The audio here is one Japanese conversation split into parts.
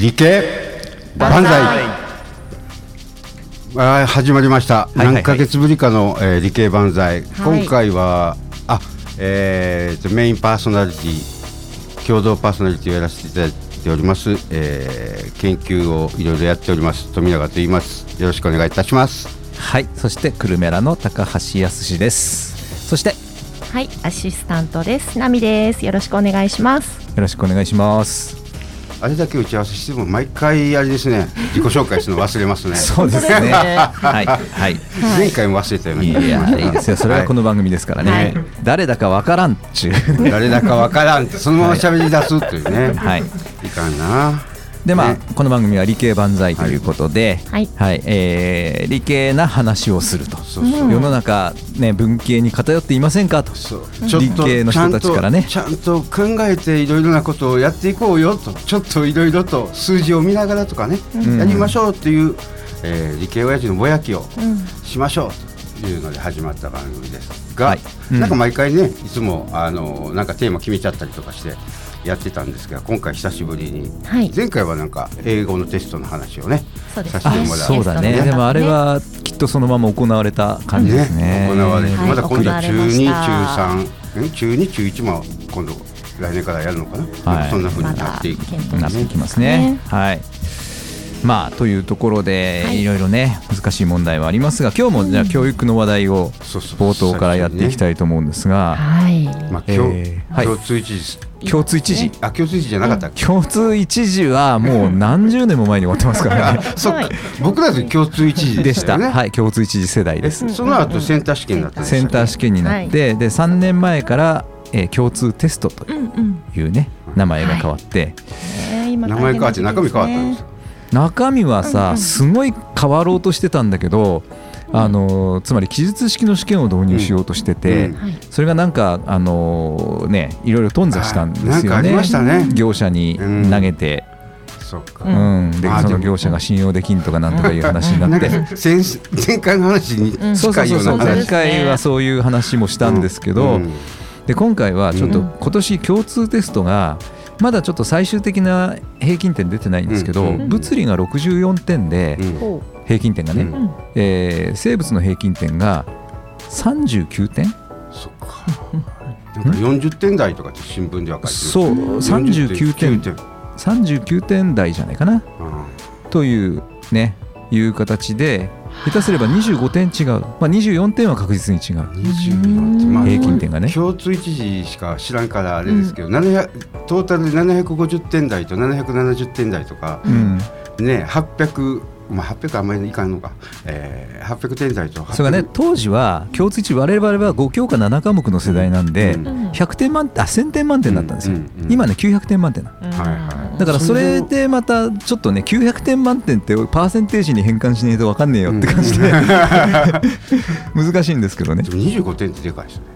理系万歳始まりました、何ヶ月ぶりかの、理系万歳、今回はメインパーソナリティ共同パーソナリティをやらせていただいております、研究をいろいろやっております富永と言います。よろしくお願いいたします。 はい、そしてクルメラの高橋康です。そしてはい、アシスタントですナミです。よろしくお願いします。 よろしくお願いします。 あれだけ打ち合わせしても毎回あれですね、自己紹介するの忘れますね。 そうですねはい、はい、 前回も忘れたような気がしました。 いいですよ、それはこの番組ですからね、はい、誰だかわからんっちゅう誰だかわからんってそのまま喋り出すというね、 はい、 いかんな。 でこの番組は理系万歳ということで、はいはい、理系な話をすると。世の中、ね、文系に偏っていませんかと。理系の人たちからねちゃんと考えていろいろなことをやっていこうよと、ちょっといろいろと数字を見ながらとかね、やりましょうという、理系親父のぼやきをしましょうというので始まった番組ですが、はい、なんか毎回ねいつもなんかテーマ決めちゃったりとかしてやってたんですが、今回久しぶりに、はい、前回はなんか英語のテストの話をねさせてもらって、 そうだね。でもあれはきっとそのまま行われた感じですね。 行われて、まだ今度中2、中3、中2、中1も今度来年からやるのかな、はい、そんな風になっていく、 なっていきますね。はい。というところで、いろいろね難しい問題はありますが、今日もじゃあ教育の話題を冒頭からやっていきたいと思うんですが、 共通一時共通一時共通一時じゃなかったっけ。 共通一時はもう何十年も前に終わってますからねそっか、僕らで共通一時でしたよね。 はい、共通一時世代です。 その後センター試験になったんですよね。 センター試験になって、で3年前から、共通テストというね、名前が変わって、 名前変わって中身変わったんですよ。 中身はさ、すごい変わろうとしてたんだけど、つまり記述式の試験を導入しようとしてて、それがなんかね、いろいろ頓挫したんですよね。 なんかありましたね。 業者に投げて、 そっか、 でその業者が信用できんとかなんとかいう話になって、 前回の話に近いような話。 前回はそういう話もしたんですけど、で今回はちょっと今年共通テストがまだちょっと最終的な平均点出てないんですけど、物理が64点で、平均点がね、生物の平均点が39点。 そっか。なんか40点台とかって新聞では書いてます。 そう、39点台じゃないかな、というね、いう形で下手すれば25点違う、24点は確実に違う。平均点がね、 共通一時しか知らんからあれですけど、トータルで750点台と770点台とか、ね、800あんまりいかんのか、800点台とそれがね、当時は共通一我々は5教科7科目の世代なんで、100点満点1000点満点だったんですよ。今ね900点満点だ。だからそれでまたちょっとね、900点満点ってパーセンテージに変換しないと分かんねえよって感じで難しいんですけどね。 25点ってでかいですね。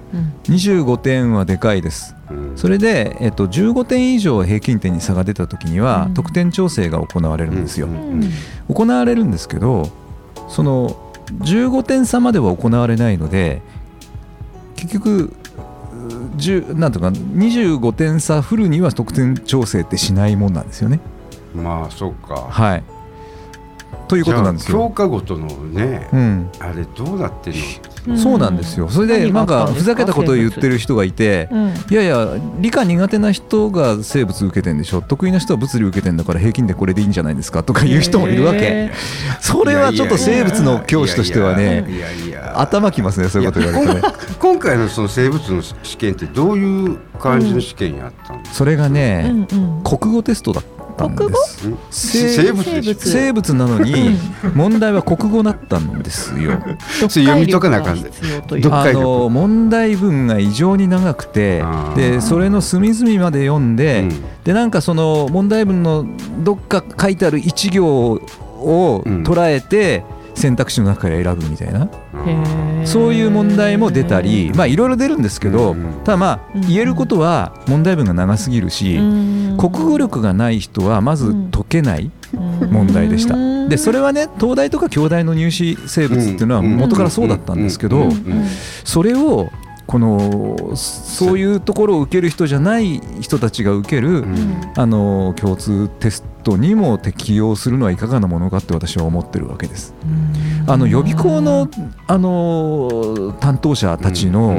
25点はでかいです。それで、15点以上平均点に差が出た時には、得点調整が行われるんですよ。行われるんですけど、その15点差までは行われないので、結局なんとか25点差フルには得点調整ってしないもんなんですよね。 そうか。 はい。ということなんですよ。 教科ごとのね、あれどうなってるの。 そうなんですよ。それでなんかふざけたことを言ってる人がいて、いやいや理科苦手な人が生物受けてんでしょ、得意な人は物理受けてんだから平均でこれでいいんじゃないですかとかいう人もいるわけ。それはちょっと生物の教師としてはね、頭きますね、そういうこと言われるとね。 今回のその生物の試験ってどういう感じの試験やったんですか。 それがね、国語テストだった。生物なのに問題は国語だったんですよ。 読み解かなあかんで、 問題文が異常に長くて、でそれの隅々まで読んで、でなんかその問題文のどっか書いてある一行を捉えて選択肢の中から選ぶみたいな、そういう問題も出たり、いろいろ出るんですけど、ただ言えることは問題文が長すぎるし、国語力がない人はまず解けない問題でした。でそれはね、東大とか京大の入試生物っていうのは元からそうだったんですけど、それをそういうところを受ける人じゃない人たちが受ける、共通テストにも適用するのはいかがなものかって私は思ってるわけです。予備校の、担当者たちの、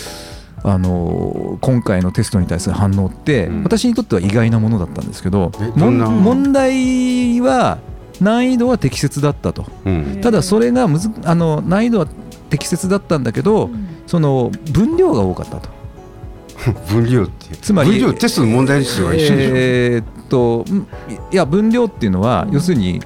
今回のテストに対する反応って、私にとっては意外なものだったんですけど、問題は難易度は適切だったと、ただそれが難易度は適切だったんだけど、その分量が多かったと。 分量ってつまり分量テストの問題数は一緒でしょ。 いや分量っていうのは、要するに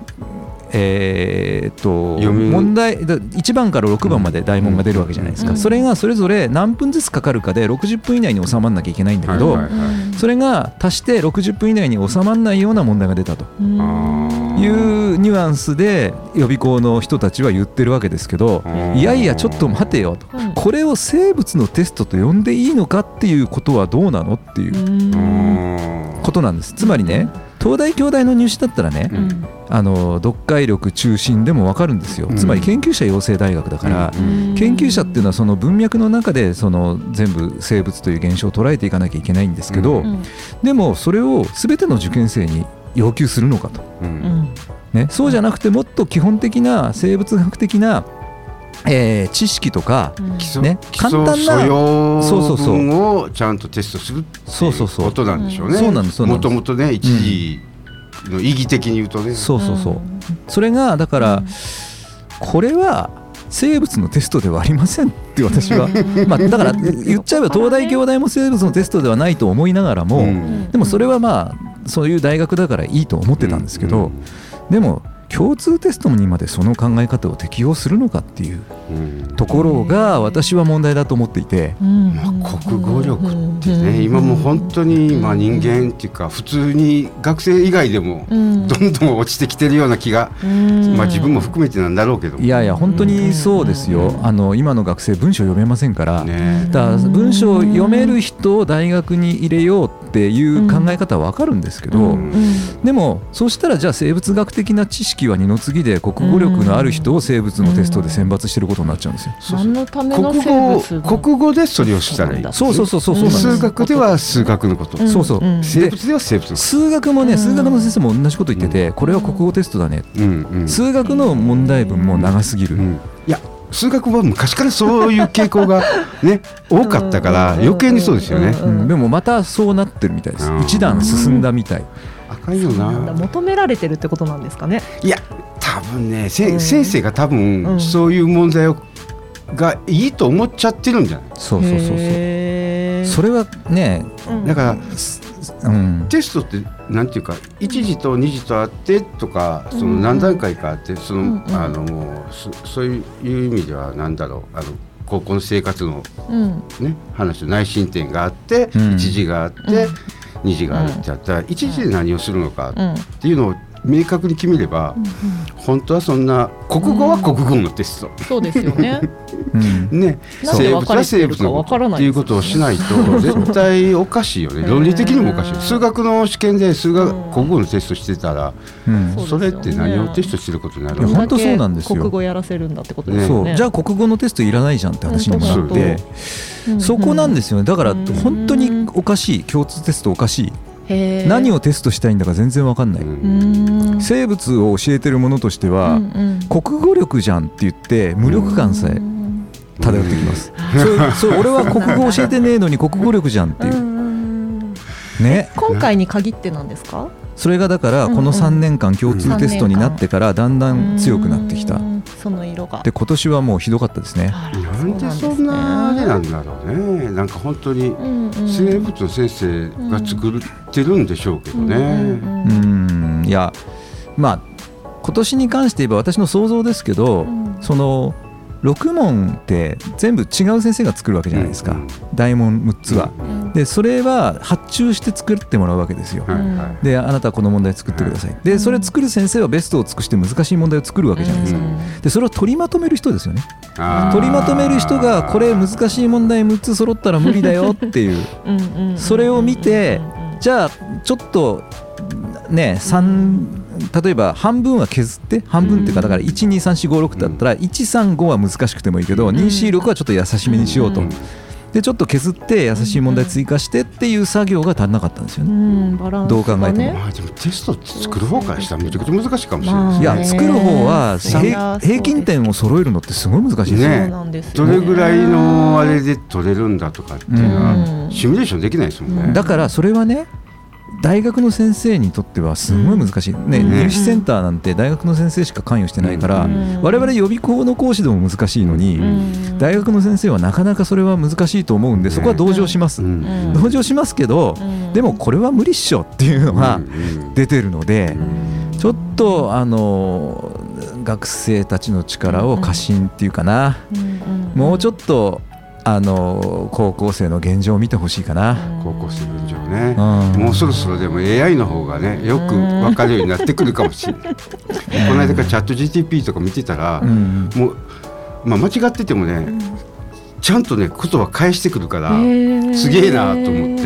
問題1番から6番まで大問が出るわけじゃないですか。それがそれぞれ何分ずつかかるかで60分以内に収まらなきゃいけないんだけど、それが足して60分以内に収まらないような問題が出たというニュアンスで予備校の人たちは言ってるわけですけど、いやいやちょっと待てよと、これを生物のテストと呼んでいいのかっていうことはどうなのっていうことなんです。つまりね、東大京大の入試だったらね、読解力中心でも分かるんですよ。つまり研究者養成大学だから、研究者っていうのはその文脈の中でその全部生物という現象を捉えていかなきゃいけないんですけど、でもそれを全ての受験生に要求するのかと、そうじゃなくてもっと基本的な生物学的な知識とか、簡単な素養分をちゃんとテストするっていうことなんでしょうね。もともとね、一時の意義的に言うとね、 それがだから、これは生物のテストではありませんって私はだから言っちゃえば東大京大も生物のテストではないと思いながらも、でもそれはそういう大学だからいいと思ってたんですけど、でも共通テストにまでその考え方を適用するのかっていうところが私は問題だと思っていて、 国語力ってね、今もう本当に人間っていうか普通に学生以外でもどんどん落ちてきてるような気が、自分も含めてなんだろうけども、 いや本当にそうですよ。今の学生文章読めませんから、だから文章を読める人を大学に入れようっていう考え方は分かるんですけど、でもそうしたらじゃあ生物学的な知識は二の次で国語力のある人を生物のテストで選抜してることになっちゃうんですよ。 何のための生物国語でそれをしたらいい。 そう数学では数学のこと、生物では生物のこと。 数学もね、数学の先生も同じこと言ってて、これは国語テストだね、数学の問題文も長すぎる、 いや数学は昔からそういう傾向がね多かったから余計にそうですよね。 でもまたそうなってるみたいです。一段進んだみたい。 赤いよな。 求められてるってことなんですかね。 いや多分ね、先生が多分そういう問題がいいと思っちゃってるんじゃない。 そうそれはね、 だからテストってなんていうか1次と2次とあってとか、その何段階かあって、そういう意味ではなんだろう、高校の生活の話の内申点があって、1次があって2次があるってやったら、1次で何をするのかっていうのを明確に決めれば、本当はそんな国語は国語のテスト、 そうですよね。 生物は生物のことっていうことをしないと絶対おかしいよね。論理的にもおかしい。数学の試験で国語のテストしてたら、それって何をテストしてることになるの。 本当そうなんですよ。 国語やらせるんだってことですよね。 じゃあ国語のテストいらないじゃんって話にもなって、そこなんですよね。だから本当におかしい。共通テストおかしい。何をテストしたいんだか全然分かんない。生物を教えてるものとしては、国語力じゃんって言って無力感さえ漂ってきます。俺は国語教えてねえのに国語力じゃんっていうね。 今回に限ってなんですか。 それがだからこの3年間共通テストになってからだんだん強くなってきた。 その色が。 で今年はもうひどかったですね。 なんでそんなあれなんだろうね。なんか本当に生物の先生が作ってるんでしょうけどね。いや今年に関して言えば私の想像ですけど、その6問って全部違う先生が作るわけじゃないですか、大問6つは。でそれは発注して作ってもらうわけですよ。であなたはこの問題作ってください。でそれ作る先生はベストを尽くして難しい問題を作るわけじゃないですか。でそれを取りまとめる人ですよね。取りまとめる人がこれ難しい問題6つ揃ったら無理だよっていうそれを見て、じゃあちょっとね例えば半分は削って、半分っていうかだから 1,2,3,4,5,6 だったら 1,3,5 は難しくてもいいけど 2,4,6 はちょっと優しめにしようとでちょっと削って優しい問題追加してっていう作業が足んなかったんですよね、 バランスがね、 どう考えても。 でもテスト作る方からしたらめちゃくちゃ難しいかもしれないですね。 いや作る方は平均点を揃えるのってすごい難しいですよね。どれぐらいのあれで取れるんだとかっていうのはシミュレーションできないですもんね。 だからそれはね大学の先生にとってはすごい難しい、入試センターなんて大学の先生しか関与してないから、我々予備校の講師でも難しいのに、大学の先生はなかなかそれは難しいと思うんで、そこは同情します、同情しますけど、でもこれは無理っしょっていうのが出てるので、ちょっと学生たちの力を過信っていうかな、もうちょっと高校生の現状を見てほしいかな。 高校生の現状ね、もうそろそろでも AI の方がねよく分かるようになってくるかもしれないこの間からチャット GTP とか見てたら、もう、間違っててもねちゃんとね言葉返してくるからすげえなと思って、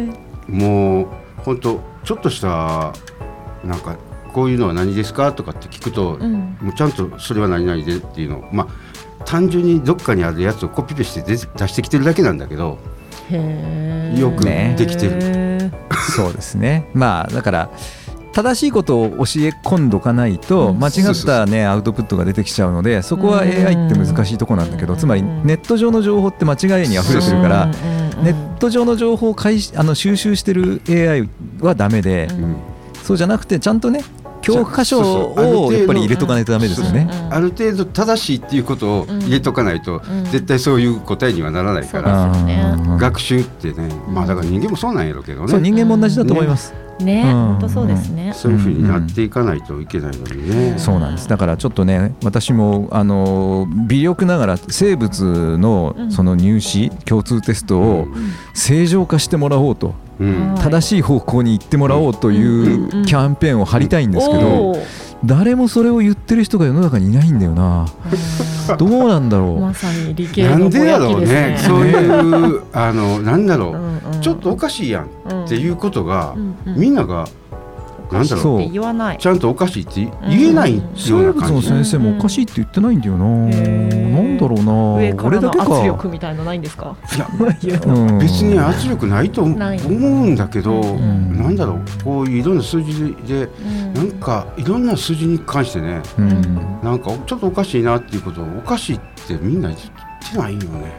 もう本当ちょっとしたなんかこういうのは何ですかとかって聞くと、もうちゃんとそれは何々でっていうのを単純にどっかにあるやつをコピペして出してきてるだけなんだけど、よくできてる、 そうですね。だから正しいことを教え込んどかないと間違ったねアウトプットが出てきちゃうので、そこは AI って難しいとこなんだけど、つまりネット上の情報って間違いにあふれてるから、ネット上の情報を収集してる AI はダメで、そうじゃなくてちゃんとね教科書をやっぱり入れとかないとダメですよね。 ある程度正しいっていうことを入れとかないと絶対そういう答えにはならないから、学習ってね、だから人間もそうなんやろうけどね。 そう、人間も同じだと思いますね、本当そうですね。 そういう風になっていかないといけないのにね。 そうなんです。だからちょっとね、私も微力ながら生物のその入試共通テストを正常化してもらおうと、正しい方向に行ってもらおうというキャンペーンを張りたいんですけど、誰もそれを言ってる人が世の中にいないんだよな。どうなんだろう。 まさに理系のぼやきですね。 そういうなんだろう、ちょっとおかしいやんっていうことが、みんながなんだろう、 言わない、 ちゃんとおかしいって言えないような感じ。 生物の先生もおかしいって言ってないんだよな。なんだろうな。 上からの圧力みたいのないんですか。 いや別に圧力ないと思うんだけど、なんだろう、こういういろんな数字でなんかいろんな数字に関してね、なんかちょっとおかしいなっていうことをおかしいってみんな言ってないよ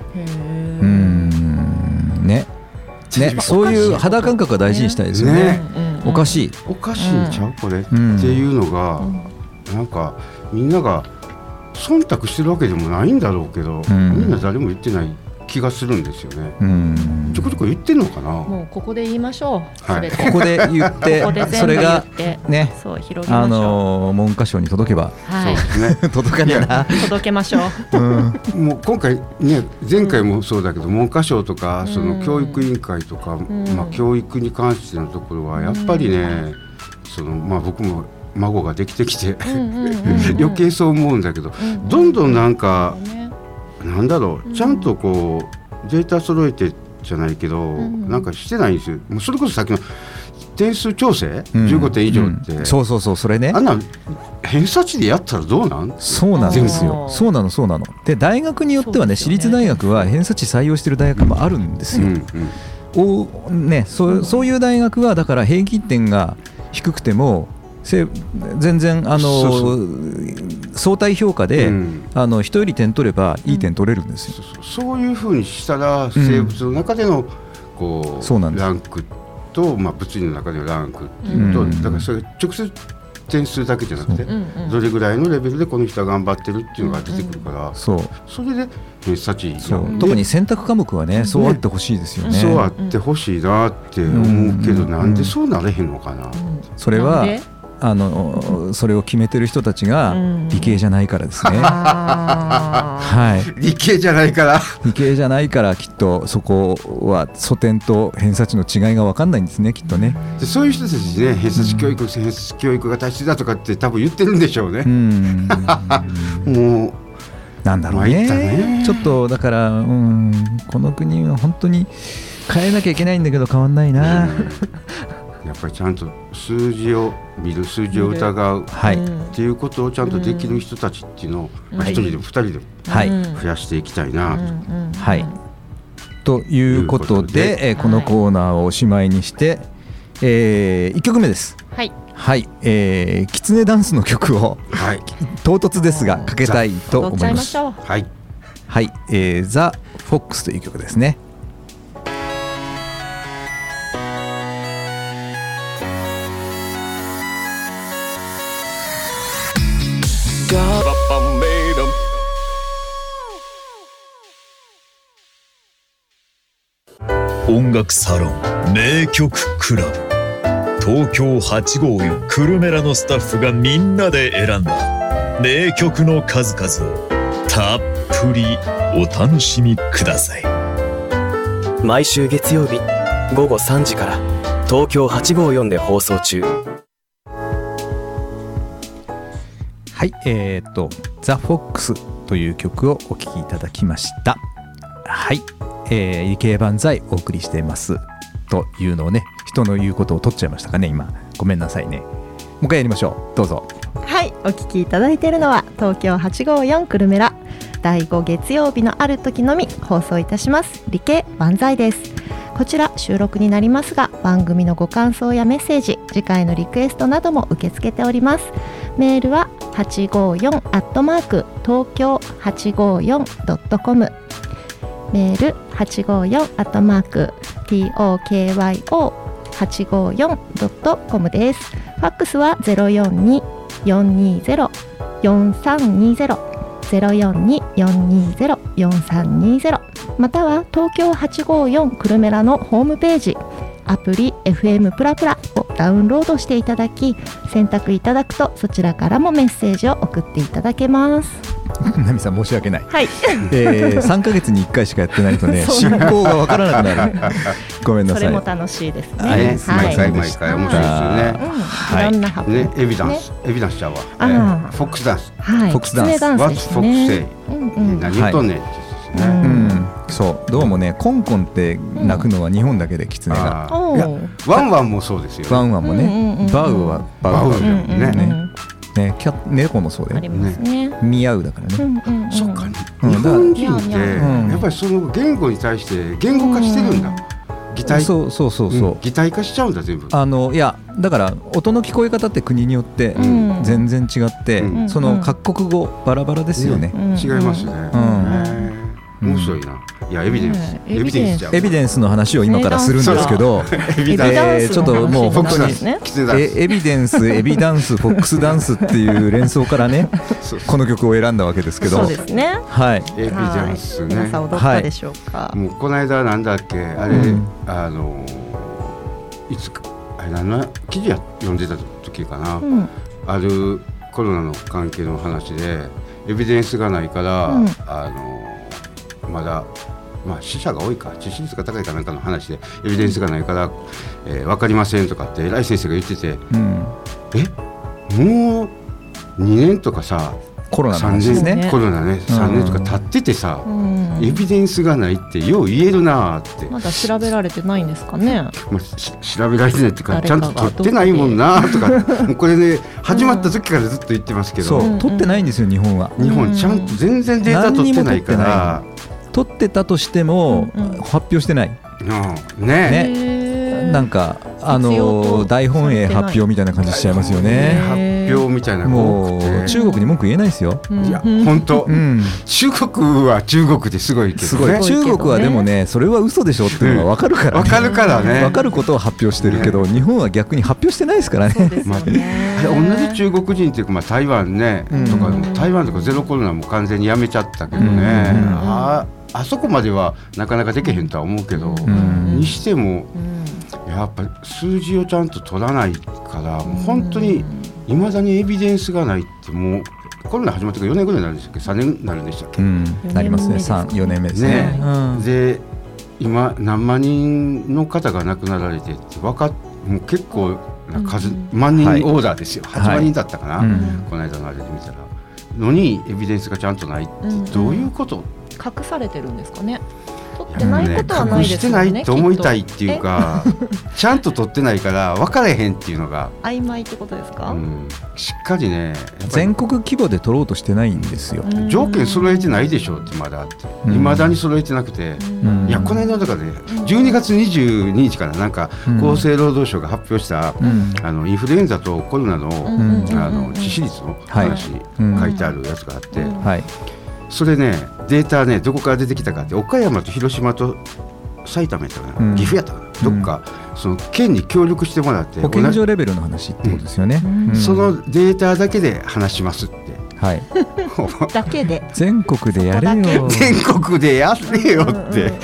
ね。そういう肌感覚は大事にしたいですよね。おかしいんちゃうこれっていうのが、なんかみんなが忖度してるわけでもないんだろうけど、みんな誰も言ってない気がするんですよね。ちょこちょこ言ってんのかな。 もうここで言いましょう。 ここで言ってそれがね、文科省に届けば、届かねえな。 届けましょう。もう今回ね、前回もそうだけど、文科省とかその教育委員会とか、教育に関してのところはやっぱりね、僕も孫ができてきて余計そう思うんだけど、どんどんなんかなんだろう、ちゃんとこうデータ揃えてじゃないけど、なんかしてないんですよ。もうそれこそさっきの点数調整、15点以上って、 そうそれね、 あんな偏差値でやったらどうなん？ そうなんですよ。そうなの。で大学によってはね、私立大学は偏差値採用してる大学もあるんですよ。そういう大学はだから平均点が低くても全然相対評価で、人より点取ればいい点取れるんですよ。 そういうふうにしたら生物の中でのこうランクと、物理の中でのランクっていうと、だからそれ直接点数だけじゃなくて、どれぐらいのレベルでこの人は頑張ってるっていうのが出てくるから、それで偏差値、 特に選択科目はね、そうあってほしいですよね。 そうあってほしいなって思うけど、なんでそうなれへんのかな。 それはそれを決めてる人たちが理系じゃないからですね。 理系じゃないからきっとそこは素点と偏差値の違いが分かんないんですね、きっとね。 でそういう人たちね、偏差値教育が大切だとかって多分言ってるんでしょうね。もうなんだろうね。ちょっとだからこの国は本当に変えなきゃいけないんだけど変わんないな。 やっぱりちゃんと数字を見る、数字を疑うっていうことをちゃんとできる人たちっていうのを1人でも2人でも増やしていきたいなとということで、このコーナーをおしまいにして、1曲目です。 はい、 はい、キツネダンスの曲を、はい、唐突ですがかけたいと思います。 はい、 はい、ザ・フォックスという曲ですね。 音楽サロン名曲クラブ東京854久留米らのスタッフがみんなで選んだ名曲の数々をたっぷりお楽しみください。 毎週月曜日午後3時から東京854で放送中。 はい、ザ・フォックスという曲をお聴きいただきました。はい、理系万歳お送りしていますというのをね、人の言うことを取っちゃいましたかね今。ごめんなさいね。もう一回やりましょう。どうぞ。 はい、お聞きいただいているのは東京854久留米ら第5月曜日のある時のみ放送いたします理系万歳です。こちら収録になりますが、番組のご感想やメッセージ、次回のリクエストなども受け付けております。メールは854@tokyo854.com、メール854@tokyo854.com です。ファックスは 042-420-4320 042-420-4320、または東京854久留米らのホームページアプリ FM プラプラをダウンロードしていただき、選択いただくとそちらからもメッセージを送っていただけます。 ナミさん申し訳ない、 はい、 3ヶ月に1回しかやってないとね進行が分からなくなるごめんなさい。 それも楽しいですね。 毎回面白いですよね。 いろんなハプニングエビダンスちゃうわ。フォックスダンス、 フォックスダンス、 ワッツフォックス何言っとんねんってですね。 そう、どうもねコンコンって鳴くのは日本だけでキツネが、 いやワンワンもそうですよね。 ワンワンもね、バウはバウね、猫もそうだよね。ミャウだからね。 そっか、日本人ってやっぱりその言語に対して言語化してるんだ。擬態、そう擬態化しちゃうんだ全部。 いやだから音の聞こえ方って国によって全然違って、その各国語バラバラですよね。 違いますね。面白いな。いやエビデンスの話を今からするんですけど、ちょっともう本当にエビデンス、エビダンス、フォックスダンスっていう連想からねこの曲を選んだわけですけど、 そうですね。 はい。 エビダンスね。 皆さん踊ったでしょうか。 もうこの間なんだっけあれ、いつかあれ何の記事読んでた時かな、あるコロナの関係の話でエビデンスがないから、まだ死者が多いか致死率が高いかなんかの話でエビデンスがないから、分かりませんとかって偉い先生が言ってて、もう2年とかさコロナの話ですね。 コロナね3年とか経っててさ、エビデンスがないってよう言えるなって。 まだ調べられてないんですかね。 調べられてないっていうかちゃんと取ってないもんなとかこれね始まった時からずっと言ってますけど、 そう取ってないんですよ日本は。 日本ちゃんと全然データ取ってないから。 取ってたとしても発表してない。なんか大本営発表みたいな感じしちゃいますよね。 発表みたいなのが多くて、 もう中国に文句言えないですよ。 いや本当、中国は中国ですごいけどね。 中国はでもねそれは嘘でしょっていうのが分かるからね。 分かるからね。 分かることを発表してるけど、日本は逆に発表してないですからね。 同じ中国人っていうか台湾ねとか台湾とかゼロコロナも完全にやめちゃったけどね。あそこまではなかなかできへんとは思うけど、にしてもやっぱ数字をちゃんと取らないからもう本当にいまだにエビデンスがないって、もうコロナ始まってから4年ぐらいになるんでしたっけ、3年になるんでしたっけ、 なりますね。4年目ですね。 で今何万人の方が亡くなられてってもう結構な数、万人オーダーですよ。8万人だったかな、この間のあれで見たらのにエビデンスがちゃんとないってどういうこと？ 隠されてるんですかね。取ってないことはないですよね。 隠してないと思いたいっていうかちゃんと取ってないから分からへんっていうのが曖昧ってことですか、 しっかりね全国規模で取ろうとしてないんですよ。 条件揃えてないでしょってまだっていまだに揃えてなくて、いやこの間だからね12月22日からなんか厚生労働省が発表した、インフルエンザとコロナの、致死率の話に書いてあるやつがあって、それねデータねどこから出てきたかって岡山と広島と埼玉やったかな、岐阜やったかな、どっかその県に協力してもらって保健所レベルの話ってことですよね、 そのデータだけで話しますって、 だけで全国でやれよ全国でやれよって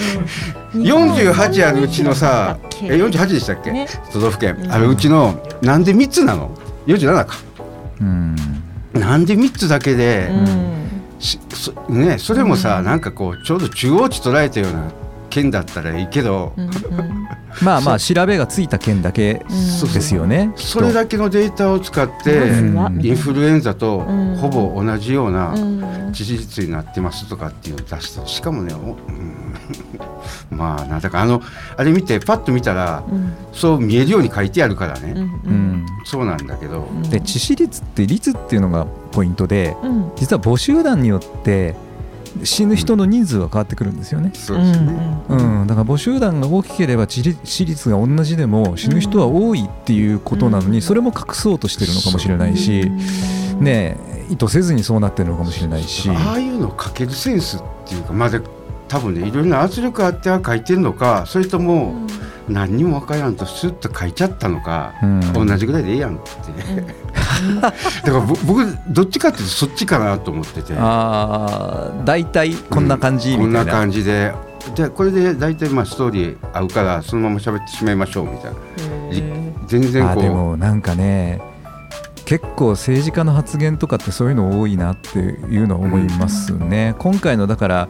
48あるうちのさ48でしたっけ、都道府県あるうちのなんで3つなの47か、なんで3つだけで、それもさなんかこうちょうど中央値捉えたような県だったらいいけど、 まあまあ調べがついた県だけですよね。 それだけのデータを使ってインフルエンザとほぼ同じような致死率になってますとかっていうのを出して、しかもね、まあなんだかあれ見てパッと見たら、そう見えるように書いてあるからね、そうなんだけど、 で致死率って率っていうのがポイントで、実は母集団によって死ぬ人の人数は変わってくるんですよね。 そうですね。 だから母集団が大きければ致死率が同じでも死ぬ人は多いっていうことなのに、それも隠そうとしてるのかもしれないし、ね、意図せずにそうなってるのかもしれないし、 ああいうのを書けるセンスっていうか、まだ多分ねいろいろな圧力あっては書いてるのか、それとも何にも分からんとスッと書いちゃったのか、同じぐらいでええやんって、だから僕どっちかっていうとそっちかなと思ってて、 だいたいこんな感じみたいな、 こんな感じでこれでだいたいストーリー合うからそのまま喋ってしまいましょうみたいな、全然こうでもなんかね結構政治家の発言とかってそういうの多いなっていうのを思いますね。今回のだから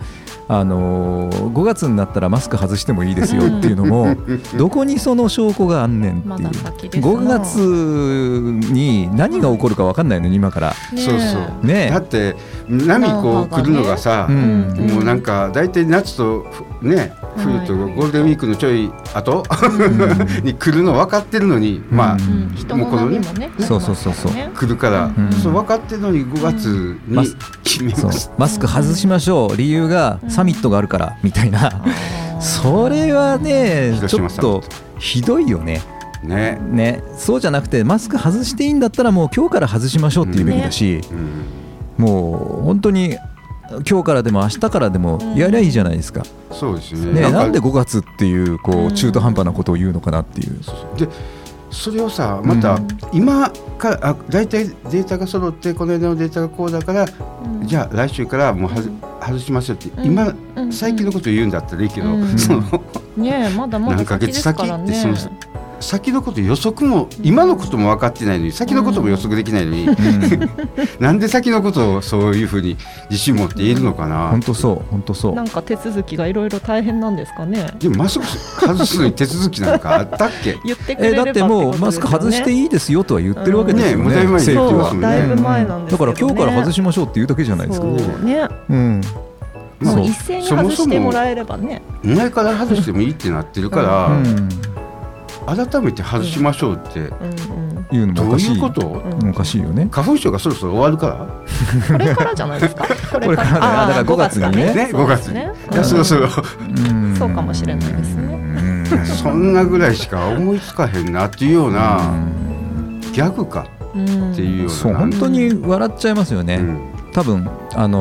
5月になったらマスク外してもいいですよっていうのもどこにその証拠があんねんっていう、5月に何が起こるか分かんないのに今から、 そうそうね、だって波こう来るのがさ、もうなんか大体夏とね冬とゴールデンウィークのちょい後に来るの分かってるのに、まあもうこのねそう来るから、そう分かってるのに5月に決めます。 マスク外しましょう、理由がサミットがあるからみたいな、それはねちょっとひどいよね。そうじゃなくてマスク外していいんだったらもう今日から外しましょうって言うべきだし、もう本当に今日からでも明日からでもやりゃいいじゃないですか。 そうですね。 なんで5月っていうこう中途半端なことを言うのかなっていう。 でそれをさまた今からだいたいデータが揃ってこの間のデータがこうだから、じゃあ来週からもう外しますよって今最近のことを言うんだったらいいけど、そのまだまだ何ヶ月先ってその先のこと予測も今のことも分かってないのに先のことも予測できないのに、なんで先のことをそういうふうに自信持って言えるのかな。 本当そうなんか手続きがいろいろ大変なんですかね。 でもマスク外すのに手続きなんかあったっけ言ってくれればだってもうマスク外していいですよとは言ってるわけですよね。 だいぶ前に言ってますもんね。 だいぶ前なんですけどね。 だから今日から外しましょうって言うだけじゃないですかね。 もう一斉に外してもらえればね。 前から外してもいいってなってるから、改めて外しましょうっていうのもおかしい。 どういうこと？ おかしいよね。 花粉症がそろそろ終わるから。 これからじゃないですか。 これからだから5月にね。 5月に。そろそろ。 そうかもしれないですね。 そんなぐらいしか思いつかへんなっていうようなギャグかっていうような。 そう本当に笑っちゃいますよね。多分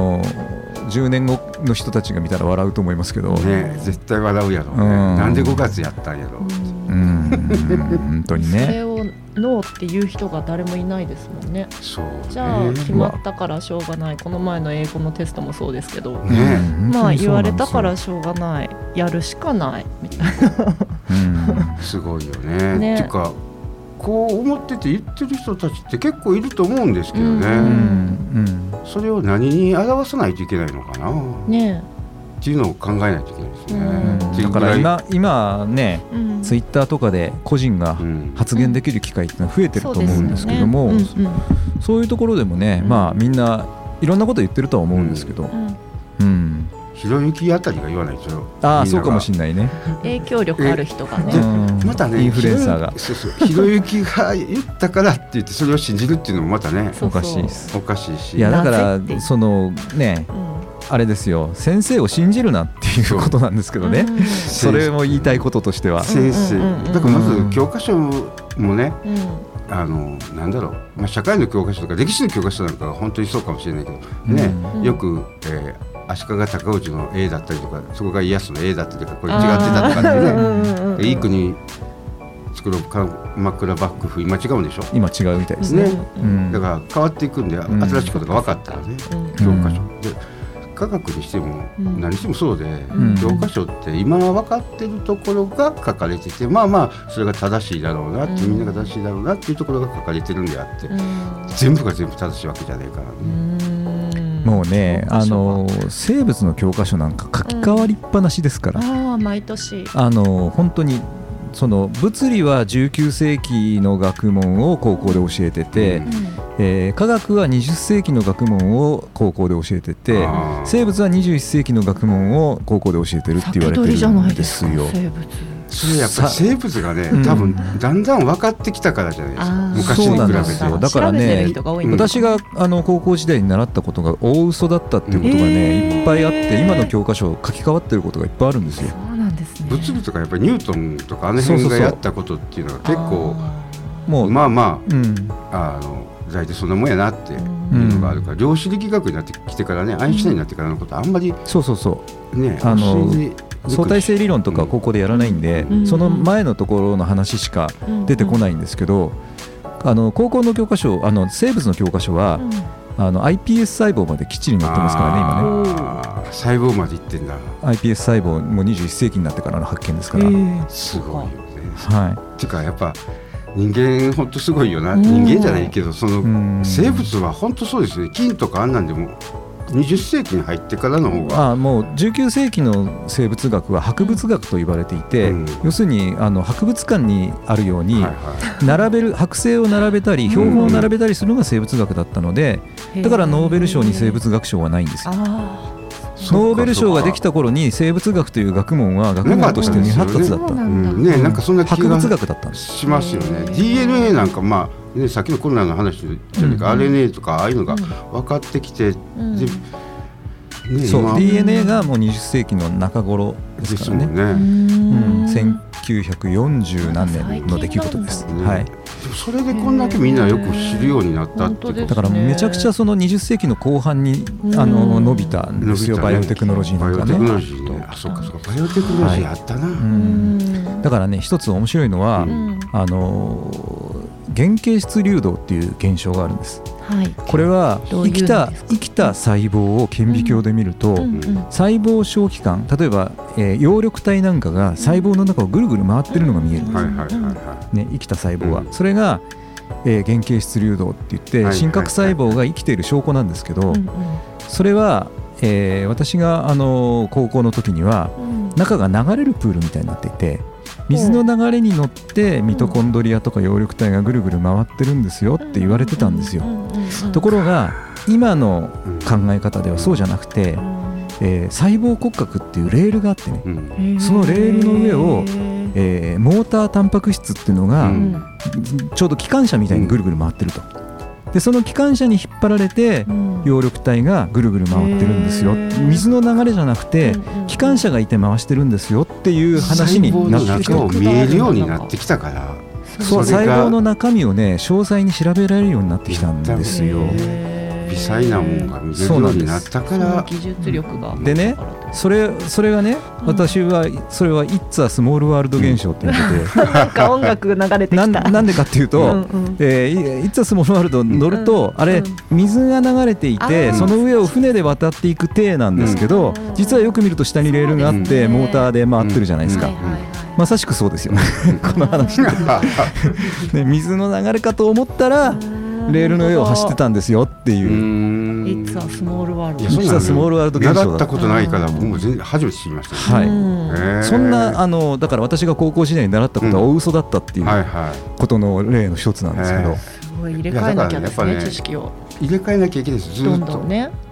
10年後の人たちが見たら笑うと思いますけど。 絶対笑うやろ。なんで5月やったんやろ。 本当にね。 それをノーっていう人が誰もいないですもんね。じゃあ決まったからしょうがない。この前の英語のテストもそうですけど、まあ言われたからしょうがない、やるしかないみたいな。すごいよね。っていうかこう思ってて言ってる人たちって結構いると思うんですけどね。それを何に表さないといけないのかな。っていうのを考えないといけないですね。 だから今ね、ツイッターとかで個人が発言できる機会ってのは増えてると思うんですけども、そういうところでもね、まあみんないろんなこと言ってるとは思うんですけど、 ひろゆきあたりが言わないと。 ああそうかもしれないね。 影響力ある人がね。 またねインフルエンサーがひろゆきが言ったからって言ってそれを信じるっていうのもまたねおかしいです。 おかしいし。 いやだからそのね、あれですよ、先生を信じるなっていうことなんですけどね。それも言いたいこととしては。 先生だからまず教科書もね。なんだろう、社会の教科書とか歴史の教科書なんかは本当にそうかもしれないけど、ね、よく、足利尊氏の A だったりとかそこが家康の A だったりとかこれ違ってたとかってねいい国作ろう鎌倉幕府今違うんでしょ。 今違うみたいですね。 だから変わっていくんで新しいことが分かったらね、教科書で科学にしても何してもそうで、教科書って今は分かってるところが書かれててそれが正しいだろうなってみんなが正しいだろうなっていうところが書かれてるんであって全部が全部正しいわけじゃないからね。 もうね生物の教科書なんか書き換わりっぱなしですから、 毎年本当にその物理は19世紀の学問を高校で教えてて、科学は20世紀の学問を高校で教えてて生物は21世紀の学問を高校で教えてるって言われてるんですよ。 それやっぱり生物がね多分だんだん分かってきたからじゃないですか、昔に比べて。 だからね私が高校時代に習ったことが大嘘だったっていうことがねいっぱいあって今の教科書書き換わってることがいっぱいあるんですよ。 物理とかやっぱりニュートンとか辺がやったことっていうのは結構もう大体そんなもんやなっていうのがあるから、量子力学になってきてからねアインシュタインになってからのことあんまりね相対性理論とか高校でやらないんで、その前のところの話しか出てこないんですけど、高校の教科書生物の教科書はiPS 細胞まできっちり載ってますからね今ね。 細胞までいってんだ。 iPS 細胞も21世紀になってからの発見ですから、 すごいよね。 っていうかやっぱ人間本当すごいよな。人間じゃないけどその生物は本当そうですね。菌とかあんなんでも20世紀に入ってからの方がもう19世紀の生物学は博物学と言われていて、要するに博物館にあるように並べる剥製を並べたり標本を並べたりするのが生物学だったので、だからノーベル賞に生物学賞はないんですよ。ノーベル賞ができた頃に生物学という学問は学問として未発達だった。 なんかそんな気が博物学だったんですしますよね。DNA なんかさっきのコロナの話じゃないか、RNA とかああいうのが分かってきて、 DNA がもう20世紀の中頃ですからね。1940何年の出来事です。 それでこんだけみんなよく知るようになったってこと。 だからめちゃくちゃその20世紀の後半に伸びたんですよ、バイオテクノロジーなんかね。 バイオテクノロジーね。そうかバイオテクノロジーあったな。 だからね一つ面白いのは原型質流動っていう現象があるんです。これは生きた細胞を顕微鏡で見ると、細胞小器官例えば、葉緑体なんかが細胞の中をぐるぐる回ってるのが見えるんです、生きた細胞は、それが、原型質流動って言って真核細胞が生きている証拠なんですけど、それは、私が高校の時には中が流れるプールみたいになっていて、水の流れに乗ってミトコンドリアとか葉緑体がぐるぐる回ってるんですよって言われてたんですよ。ところが今の考え方ではそうじゃなくて、細胞骨格っていうレールがあってね、そのレールの上を、モータータンパク質っていうのが、ちょうど機関車みたいにぐるぐる回ってると。でその機関車に引っ張られて葉緑体がぐるぐる回ってるんですよ、水の流れじゃなくて機関車がいて回してるんですよっていう話になってきて、 細胞の中を見えるようになってきたから、 そう細胞の中身をね詳細に調べられるようになってきたんですよ。 微細なものが見れるようになったから技術力がでね、それがね、私はそれは It's a Small World 現象って言ってて、 なんか音楽流れてきた。 なんでかっていうと、It's a Small World 乗ると、あれ水が流れていて、その上を船で渡っていく体なんですけど、実はよく見ると下にレールがあってモーターで回ってるじゃないですか。まさしくそうですよねこの話ね、水の流れかと思ったらレールの上を走ってたんですよっていう。 It's a small world。 It's a small world 現象だ。 習ったことないから僕も全然初めて知りました。 そんなだから私が高校時代に習ったことは大嘘だったっていうことの例の一つなんですけど。 すごい入れ替えなきゃですね、知識を。 入れ替えなきゃいけないです。ずっと。 どんどんね。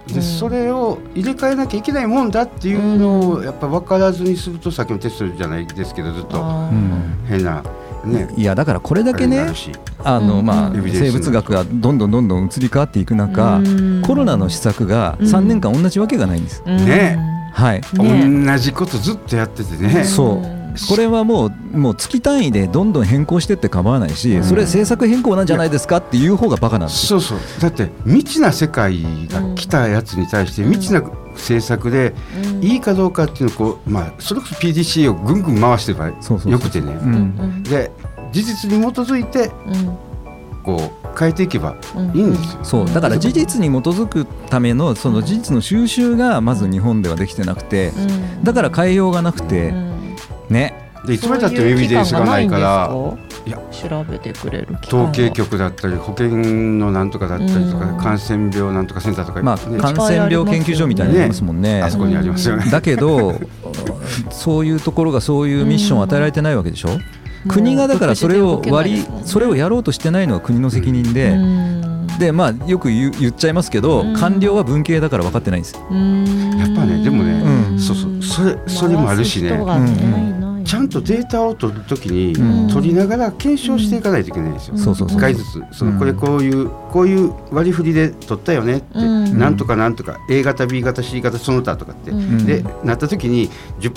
でそれを入れ替えなきゃいけないもんだっていうのをやっぱ分からずにすると、さっきのテストじゃないですけどずっと変な、ね、 いやだからこれだけね生物学がどんどん移り変わっていく中、コロナの施策が3年間同じわけがないんです、 ね、 はい、 同じことずっとやっててね。 そうこれはもう月単位でどんどん変更してって構わないし、それ政策変更なんじゃないですかっていう方がバカなんです。 そうそうだって未知な世界が来たやつに対して未知な政策でいいかどうかっていうのをこう、それこそ PDCA をぐんぐん回してればよくてね、で事実に基づいてこう変えていけばいいんですよ。 そうだから事実に基づくためのその事実の収集がまず日本ではできてなくて、だから変えようがなくてね。 でいつまでたってもエビデンスがないから、 いや調べてくれる統計局だったり保険のなんとかだったりとか、感染病なんとかセンターとか、 感染病研究所みたいになりますもんね。 あそこにありますよね。 だけどそういうところがそういうミッションを与えられてないわけでしょ。国がだからそれをやろうとしてないのは国の責任で、よく言っちゃいますけど、官僚は文系だから分かってないんですよ。 やっぱねでもね、それもあるしね、ちゃんとデータを取るときに取りながら検証していかないといけないんですよ。1回ずつこれこういう割り振りで取ったよねって、なんとかなんとか A 型 B 型 C 型その他とかって、でなったときに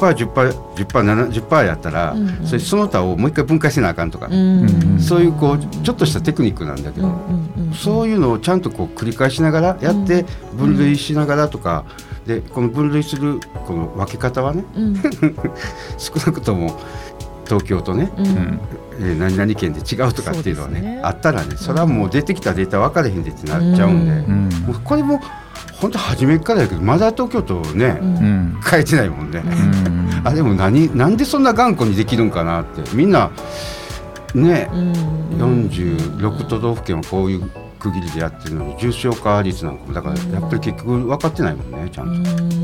10%10%10% やったら、その他をもう一回分解せなあかんとか、そういうちょっとしたテクニックなんだけど、そういうのをちゃんと繰り返しながらやって分類しながらとかで、この分類するこの分け方はね、少なくとも東京とね、何々県で違うとかっていうのはね、あったらね、それはもう出てきたデータ分かれへんでってなっちゃうんで、もうこれも本当初めからやけどまだ東京都ね、変えてないもんね。あでもなんでそんな頑固にできるんかなってみんなね、46都道府県はこういう区切りでやってるのに重症化率なんかもだからやっぱり結局分かってないもんね、ちゃん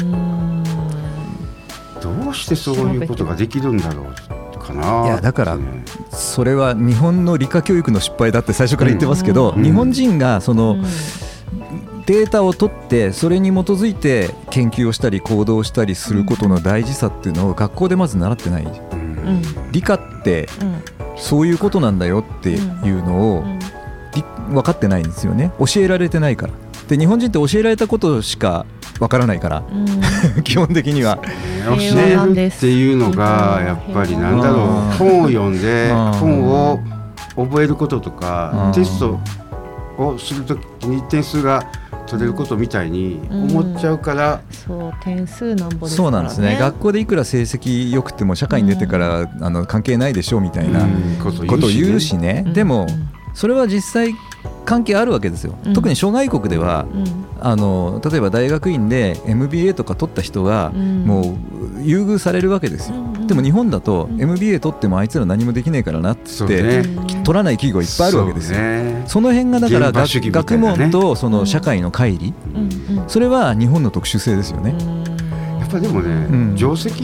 と。どうしてそういうことができるんだろうかな。 いやだからそれは日本の理科教育の失敗だって最初から言ってますけど、日本人がそのデータを取ってそれに基づいて研究をしたり行動したりすることの大事さっていうのを学校でまず習ってない。理科ってそういうことなんだよっていうのを分かってないんですよね。教えられてないから。で日本人って教えられたことしか分からないから、基本的には教えるっていうのがやっぱりなんだろう、本を読んで本を覚えることとか、テストをするときに点数が取れることみたいに思っちゃうから、 そう点数なんぼですからね。 そうなんですね。学校でいくら成績良くても社会に出てから関係ないでしょみたいなことを言うしね。でもそれは実際関係あるわけですよ。特に諸外国では、例えば大学院で MBA とか取った人がもう優遇されるわけですよ。でも日本だと MBA 取ってもあいつら何もできないからなって取らない企業いっぱいあるわけですよ。その辺がだから学問とその社会の乖離、それは日本の特殊性ですよね。 やっぱりでもね、定石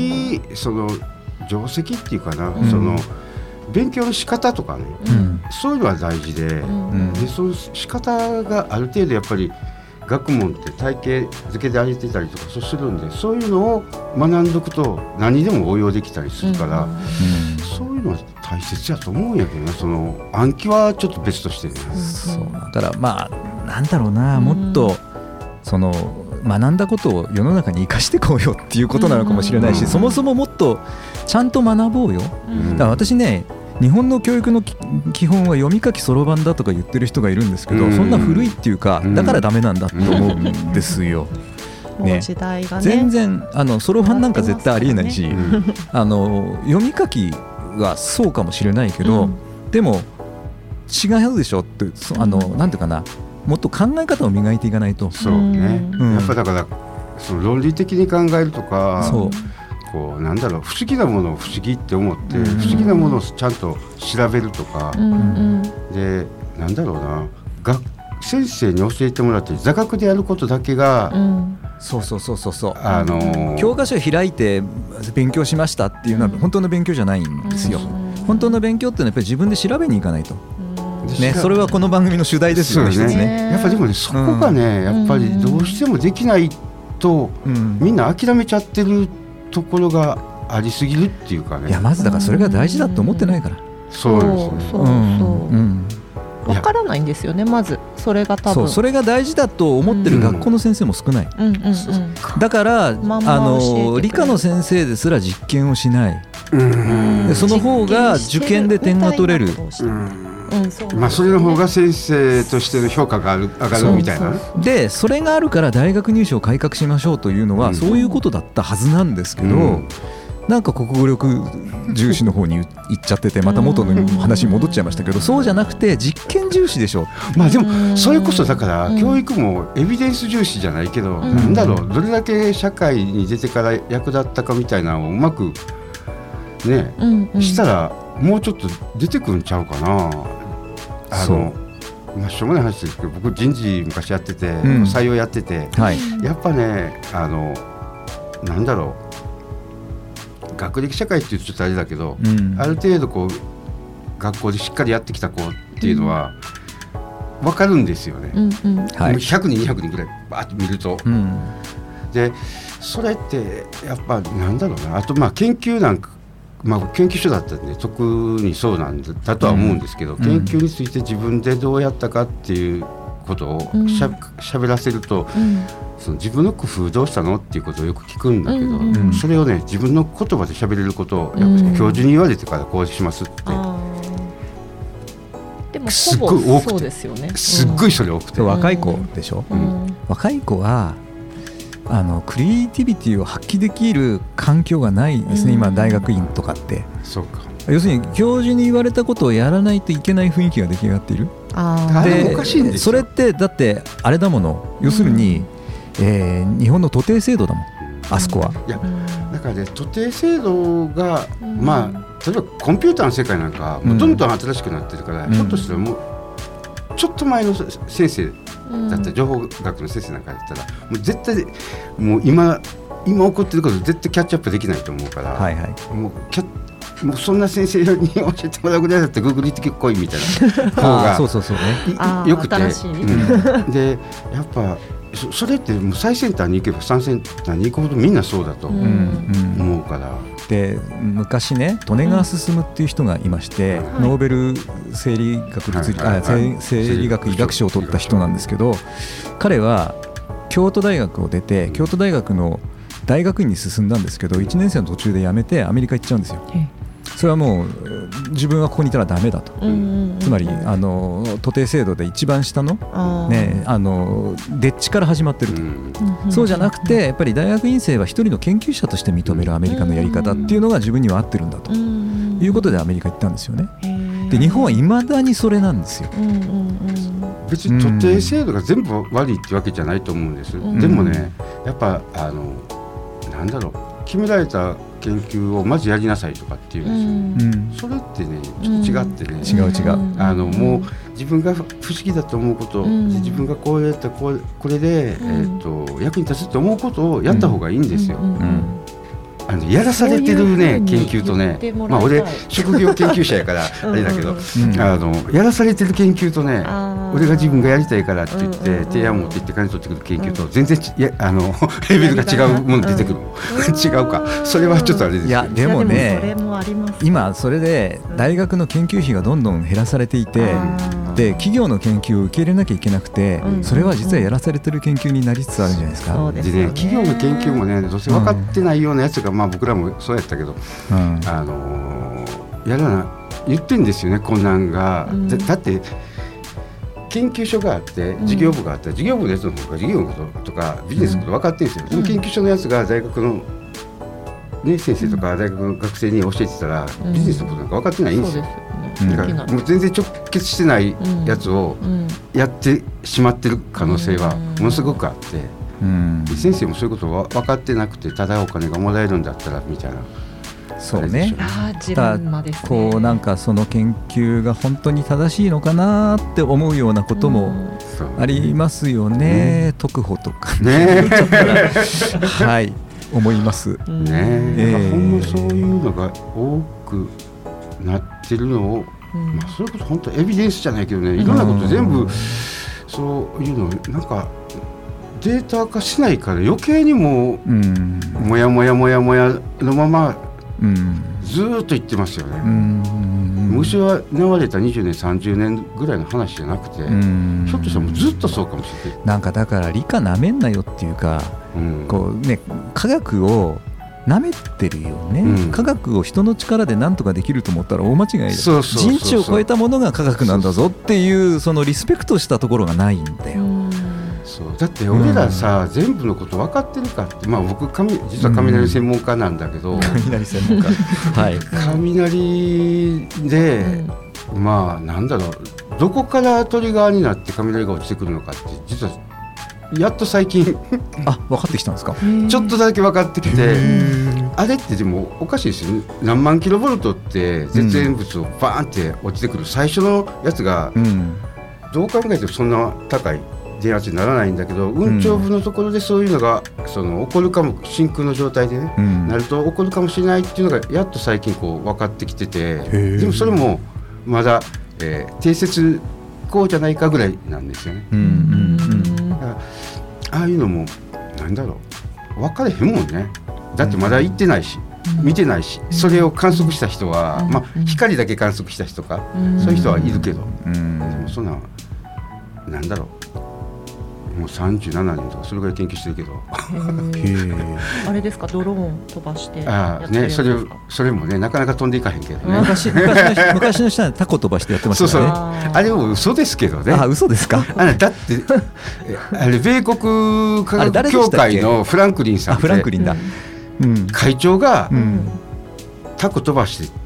っていうかな、その勉強の仕方とかね、そういうのは大事で、でその仕方がある程度やっぱり学問って体系づけであげてたりとかそうするんで、そういうのを学んどくと何でも応用できたりするから、そういうのは大切やと思うんやけどね。その暗記はちょっと別としてね。 そうだからなんだろうな、もっとその学んだことを世の中に生かしていこうよっていうことなのかもしれないし、そもそももっとちゃんと学ぼうよ。だから私ね、日本の教育の基本は読み書きそろばんだとか言ってる人がいるんですけど、そんな古いっていうか、だからダメなんだと思うんですよ。 ね、時代がね、 全然そろばんなんか絶対ありえないし、読み書きはそうかもしれないけど、でも違うでしょって、なんていうかな、もっと考え方を磨いていかないと。 そうね、やっぱだからその論理的に考えるとか、こうなんだろう、不思議なものを不思議って思って、不思議なものをちゃんと調べるとか、でなんだろうな、先生に教えてもらって座学でやることだけが、 そう教科書を開いて勉強しましたっていうのは本当の勉強じゃないんですよ。本当の勉強ってのはやっぱり自分で調べに行かないと。 ね、それはこの番組の主題ですよね。 そうですね。やっぱでもね、そこがね、やっぱりどうしてもできないと、みんな諦めちゃってるところがありすぎるっていうかね。 いや、まずだからそれが大事だと思ってないから。 そうですね。 そうわからないんですよね。まずそれが多分それが大事だと思ってる学校の先生も少ない。だから理科の先生ですら実験をしない。でその方が受験で点が取れる。 まあそれの方が先生としての評価が上がるみたいな。 でそれがあるから大学入試を改革しましょうというのはそういうことだったはずなんですけど、なんか国語力重視の方に行っちゃってて、また元の話に戻っちゃいましたけど、そうじゃなくて実験重視でしょ。 まあでもそれこそだから教育もエビデンス重視じゃないけど、なんだろう、どれだけ社会に出てから役立ったかみたいなのをうまくねしたらもうちょっと出てくるんちゃうかな。まあ、しょうもない話ですけど、僕人事昔やってて、採用やってて、やっぱねなんだろう、学歴社会っていうとちょっとあれだけど、ある程度こう学校でしっかりやってきた子っていうのは分かるんですよね。100人200人ぐらいバーッと見ると、でそれってやっぱなんだろうな、あとまあ研究なんか、まあ、研究所だったんで特にそうなんだとは思うんですけど、研究について自分でどうやったかっていうことをしゃべらせると、その自分の工夫どうしたのっていうことをよく聞くんだけど、それをね自分の言葉で喋れることを教授に言われてからこうしますって、 でもすっごい多くて、そうですよね、 すっごいそれ多くて、 若い子でしょ、若い子はクリエイティビティを発揮できる環境がないですね、今大学院とかって。 そうか、 要するに教授に言われたことをやらないといけない雰囲気が出来上がっている。 でおかしいんですよ。 それってだってあれだもの、要するに、日本の徒弟制度だもん、あそこは。 いやだからね、徒弟制度が、まあ例えばコンピューターの世界なんかもうどんどん新しくなってるから、ひょっとしたらもうちょっと前の先生だったら、情報学の先生なんかだったらもう絶対もう今起こってること絶対キャッチアップできないと思うから、もうそんな先生に教えてもらうぐらいだってグーグル行ってこいみたいな方がよくて、でやっぱそれってもう最先端に行けば最先端に行くほどみんなそうだと思うから。 で昔ね、利根川進っていう人がいまして、ノーベル生理学医学賞を取った人なんですけど、彼は京都大学を出て京都大学の大学院に進んだんですけど、1年生の途中で辞めてアメリカ行っちゃうんですよ。それはもう自分はここにいたらダメだと、つまり徒弟制度で一番下の、でっちから始まってると、そうじゃなくてやっぱり大学院生は一人の研究者として認めるアメリカのやり方っていうのが自分には合ってるんだということでアメリカ行ったんですよね。で日本はいまだにそれなんですよ。 別に徒弟制度が全部悪いってわけじゃないと思うんです、でもねやっぱなんだろう、決められた研究をまずやりなさいとかっていうんですよ、それってねちょっと違ってね、 違うもう自分が不思議だと思うこと、自分がこうやったらこれで、役に立つと思うことをやった方がいいんですよ。やらされてるね研究とね、まあ俺職業研究者やからあれだけど、やらされてる研究とね、俺が自分がやりたいからって言って提案持って行って金取ってくる研究と全然レベルが違うもの出てくる違うか、それはちょっとあれですけど。 いやでもね、今それで大学の研究費がどんどん減らされていて、で企業の研究を受け入れなきゃいけなくて、それは実はやらされてる研究になりつつあるんじゃないですか。 でね、企業の研究もね、どうせ分かってないようなやつが、まあ僕らもそうやったけど、やらな言ってんですよね、こんなんが。だって研究所があって事業部があって、事業部のやつの方が事業のこととかビジネスのこと分かってるんですよ。その研究所のやつが大学のね、先生とか大学の学生に教えてたら、ビジネスのことなんか分かってないんですよ。だからもう全然直結してないやつをやってしまってる可能性はものすごくあって、先生もそういうことは分かってなくて、ただお金がもらえるんだったらみたいな。 そうね、こうなんかその研究が本当に正しいのかなって思うようなこともありますよね。特保とかねはい思いますね。ほんまそういうのが多くなってるのをまあ、それこそ本当エビデンスじゃないけどね、いろんなこと全部そういうのなんかデータ化しないから余計にももやもやもやもやのままずーっと言ってますよね。虫は流れた20年30年ぐらいの話じゃなくて、ひょっとしたらもうずっとそうかもしれない。 なんかだから理科なめんなよっていうか、こうね、科学をなめてるよね、科学を人の力で何とかできると思ったら大間違いで、人知を超えたものが科学なんだぞっていうそのリスペクトしたところがないんだよ。 そうだって俺らさ、全部のこと分かってるかって、まあ、僕実は雷専門家なんだけど、 雷専門家はい、 雷で、まあなんだろう、どこからトリガーになって雷が落ちてくるのかって実はやっと最近分かってきたんですか。 ちょっとだけ分かってきて、あれってでもおかしいですよね。何万キロボルトって絶縁物をバーンって落ちてくる最初のやつが、どう考えてもそんな高い電圧にならないんだけど、雲頂部のところでそういうのが起こるかも、真空の状態で、ねなると起こるかもしれないっていうのがやっと最近こう分かってきてて、でもそれもまだ、定説こうじゃないかぐらいなんですよね。ああいうのもなんだろう、分かれへんもんね。だってまだ行ってないし、見てないし、それを観測した人は、まあ、光だけ観測した人か、そういう人はいるけど、でもそんななんだろう、もう37年とかそれぐらい研究してるけどあれですか、ドローン飛ばしてやってるやつですか。 それもねなかなか飛んでいかへんけどね。 昔の人はタコ飛ばしてやってましたね。 あれも嘘ですけどね。 嘘ですか。 だってあれ米国科学協会のフランクリンさんって、 フランクリンだ、 会長がタコ飛ばして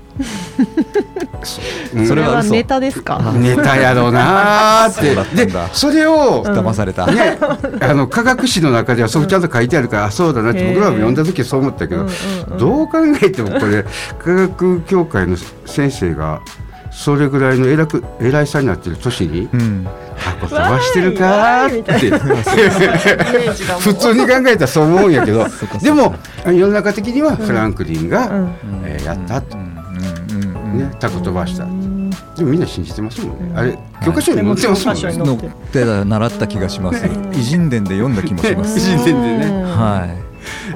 それはネタですか。 ネタやろうなーってでそれを騙された、 ね、科学誌の中ではそうちゃんと書いてあるから、そうだなって僕らも読んだ時はそう思ったけど、どう考えてもこれ科学協会の先生がそれぐらいの偉いさになってる年に、タコ飛ばしてるかーって普通に考えたらそう思うんやけどでも世の中的にはフランクリンがやったと、タコ飛ばした。でもみんな信じてますもんね。あれ教科書に載ってますもんね。 載って習った気がします。偉人伝で読んだ気もします。 偉人伝でね。 はい。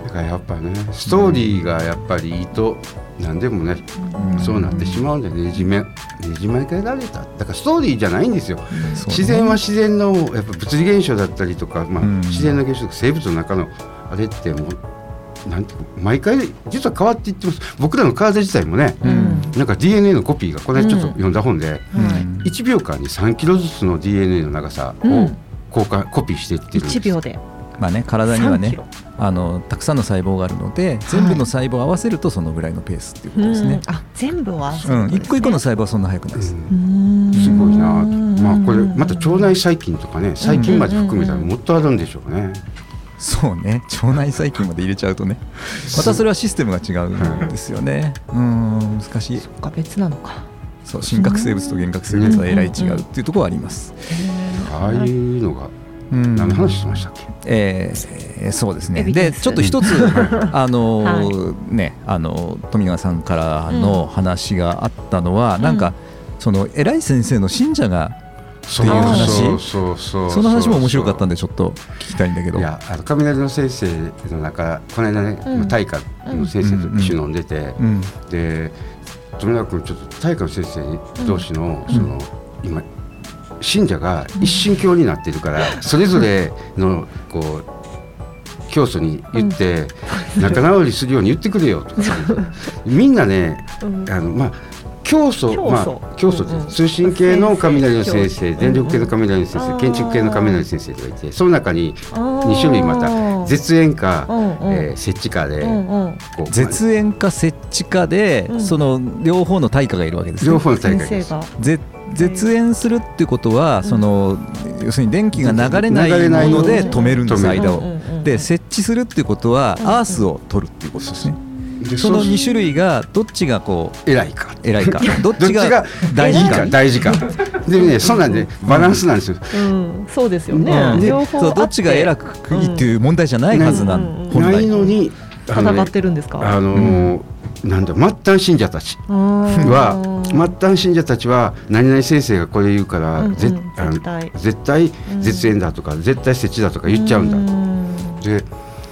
だからやっぱね、ストーリーがやっぱりいいと何でもね、そうなってしまうんで、ねじ曲げられた。だからストーリーじゃないんですよ。自然は自然のやっぱ物理現象だったりとか、まあ自然の現象とか生物の中のあれってもう。なんて毎回実は変わっていってます。僕らの体自体もね、なんか DNA のコピーがこれちょっと読んだ本で、1秒間に3キロずつの DNA の長さをコピーしていってるんです。 1秒で、 まあね、体にはねたくさんの細胞があるので、全部の細胞を合わせるとそのぐらいのペースっていうことですね。 全部を合わせるんですね。 一個一個の細胞はそんな速くないです。 すごいな。まあこれまた腸内細菌とかね、細菌まで含めたらもっとあるんでしょうね。 そうね、腸内細菌まで入れちゃうとね、またそれはシステムが違うんですよね。難しい。 そっか、別なのか。 そう、真核生物と原核生物はえらい違うっていうところはあります。 ああいうのが何の話しましたっけ。 そうですね。でちょっと一つね、富川さんからの話があったのは、なんかその偉い先生の信者がっていう話、その話も面白かったんでちょっと聞きたいんだけど。いや、 雷の先生の中、この間ね、大化の先生と一緒に飲んでて、で富永君ちょっと大化の先生同士のその今信者が一神教になってるから、それぞれのこう教祖に言って仲直りするように言ってくれよとかみんなね、まあ教祖通信系の雷の先生、電力系の雷の先生、建築系の雷の先生がいて、その中に2種類また絶縁か設置かで、 絶縁か設置かでその両方の対価がいるわけですね。 両方の対価がいます。 絶縁するってことは、その要するに電気が流れないもので止めるんです、間を。で設置するってことはアースを取るっていうことですね。その2種類がどっちがこう偉いかどっちが大事かでね、そうなんでバランスなんですよ。 そうですよね。 どっちが偉くいいっていう問題じゃないはずなん。 ないのに戦ってるんですか。 なんだ末端信者たちは何々先生がこれ言うから、絶対絶縁だとか、絶対設置だとか言っちゃうんだと。で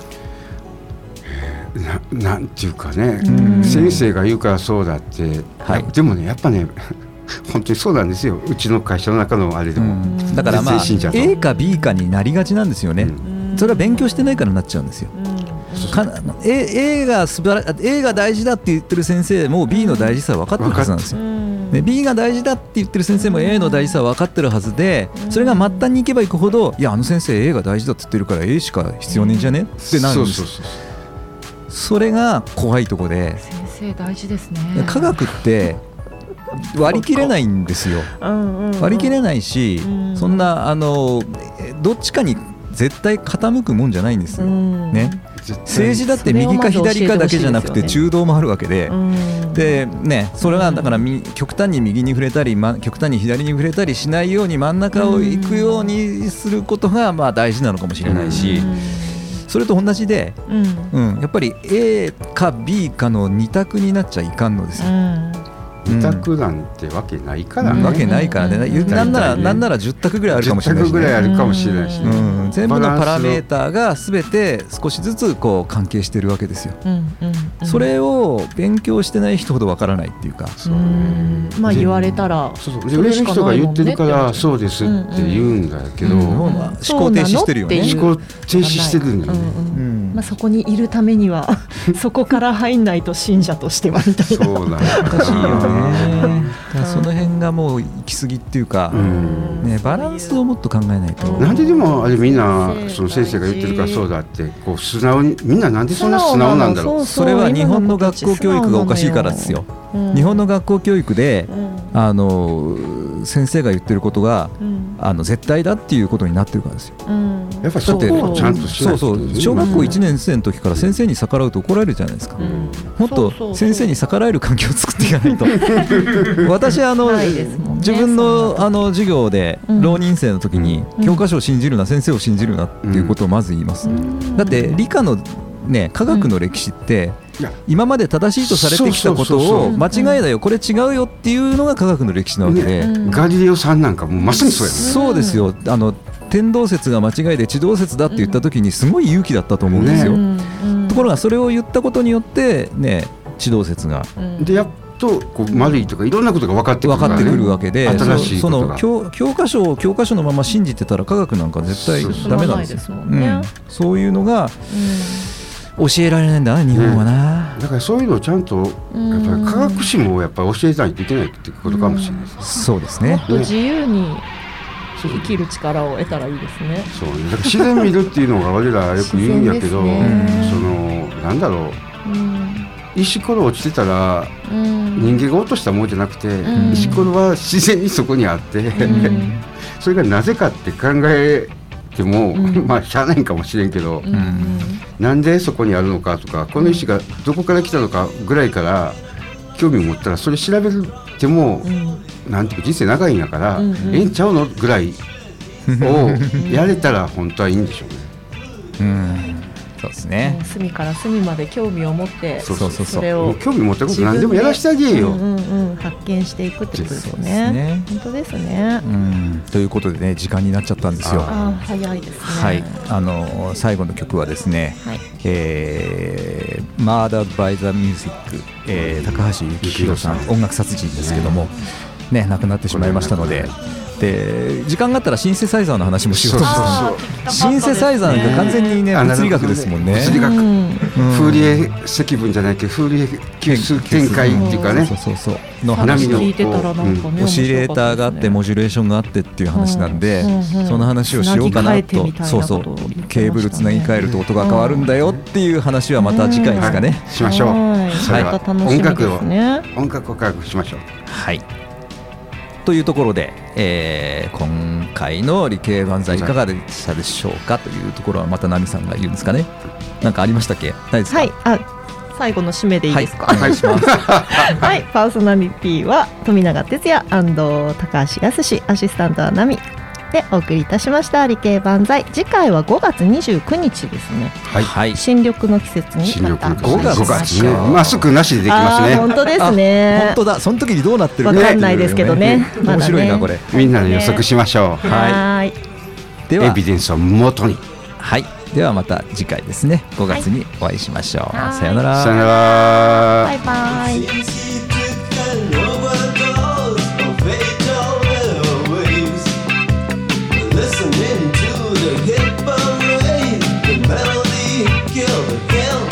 なんていうかね、先生が言うからそうだって、でもねやっぱね本当にそうなんですよ、うちの会社の中のあれでも、 だからまあ A か B かになりがちなんですよね、それは勉強してないからなっちゃうんですよ。A が大事だって言ってる先生も B の大事さは分かってるはずなんですよ。で B が大事だって言ってる先生も A の大事さは分かってるはずで、それが末端に行けば行くほど、いやあの先生 A が大事だって言ってるから A しか必要ねえんじゃねってなるんですよ。それが怖いとこで、 先生大事ですね。 科学って割り切れないんですよ。割り切れないし、そんなどっちかに絶対傾くもんじゃないんですよ、ね。政治だって右か左かだけじゃなくて中道もあるわけで、でね、それがだから極端に右に触れたり、極端に左に触れたりしないように真ん中を行くようにすることがまあ大事なのかもしれないし、それと同じで、やっぱり A か B かの2択になっちゃいかんのですよ。 2択なんてわけないからね。 わけないからね。なんなら10択ぐらいあるかもしれないし、 10択ぐらいあるかもしれないし、 全部のパラメーターが全て少しずつこう関係してるわけですよ。それを勉強してない人ほどわからないっていうか、 まあ言われたら上の人が言ってるからそうですって言うんだけど、 思考停止してるよね。 思考停止してるんだよね。 まあそこにいるためにはそこから入んないと信者としてはみたいな。 そうなんだ。 難しいよね。その辺がもう行き過ぎっていうか、バランスをもっと考えないと。 なんででもあれみんなその先生が言ってるからそうだってこう素直に、みんななんでそんな素直なんだろう。 それは日本の学校教育がおかしいからですよ。日本の学校教育で先生が言ってることが絶対だっていうことになってるからですよ。 やっぱりそこをちゃんとしないと。 小学校1年生の時から先生に逆らうと怒られるじゃないですか。もっと先生に逆らえる環境を作っていかないと。私自分の授業で浪人生の時に教科書を信じるな、先生を信じるなっていうことをまず言います。だって理科のね、科学の歴史って今まで正しいとされてきたことを間違いだよ、これ違うよっていうのが科学の歴史なわけで、 ガリレオさんなんかもうまさにそうやね。 そうですよ。天動説が間違いで地動説だって言った時にすごい勇気だったと思うんですよ。ところがそれを言ったことによってね、地動説がでやっとこう丸いとかいろんなことが分かってくるからね。 分かってくるわけで、 新しいことが教科書のまま信じてたら科学なんか絶対ダメなんですよ。そういうのが教えられないんだな、日本はな。 だからそういうのをちゃんとやっぱり科学史もやっぱり教えないといけないってことかもしれないです。 そうですね。 もっと自由に生きる力を得たらいいですね。 そうね。だから自然見るっていうのが我らよく言うんやけど、なんだろう、石ころ落ちてたら人間が落としたものじゃなくて、石ころは自然にそこにあって、それがなぜかって考えても、まあしゃあないかもしれんけど、なんでそこにあるのかとか、この石がどこから来たのかぐらいから興味を持ったら、それ調べても、なんていうか人生長いんやから、ええんちゃうのぐらいをやれたら本当はいいんでしょうね。 そうですね。 隅から隅まで興味を持って、それを興味持ったこと何でもやらせてあげよ。 発見していくってことですね。本当ですね。 ということでね、時間になっちゃったんですよ。 早いですね。 はい。最後の曲はですね、Murdered by the Music、高橋幸宏さん、音楽殺人ですけどもね、亡くなってしまいましたので。で時間があったらシンセサイザーの話もしようとしたシンセサイザーなんか完全にね物理学ですもんね。 物理学、フーリエ積分じゃないけどフーリエ級数展開っていうかね、 の話のオ聞いてたらなんかね、 オシレーターがあってモジュレーションがあってっていう話なんで、その話をしようかなと。ケーブルつなぎ替えると音が変わるんだよっていう話はまた次回ですかね。 しましょう。それは音楽を科学しましょう。 はい。というところで、今回の理系万歳いかがでしたでしょうかというところはまたナミさんが言うんですかね。何かありましたっけ？ないですか？ はい。最後の締めでいいですか？ お願いします。 はい。パーソナリティは富永哲也&高橋康、アシスタントはナミ。 でお送りいたしました理系万歳。次回は5月29日ですね。 はい、 新緑の季節にまた 5月ね、マスクなしでできますね。 本当ですね。 本当だ、その時にどうなってるかわかんないですけどね。 面白いなこれ。 みんなで予測しましょう。 はい。 ではエビデンスを元に。 はい。ではまた次回ですね。5月にお会いしましょう。さよなら。 さよなら。 バイバイ。 Listening to the hit parade, the melody killed the hell.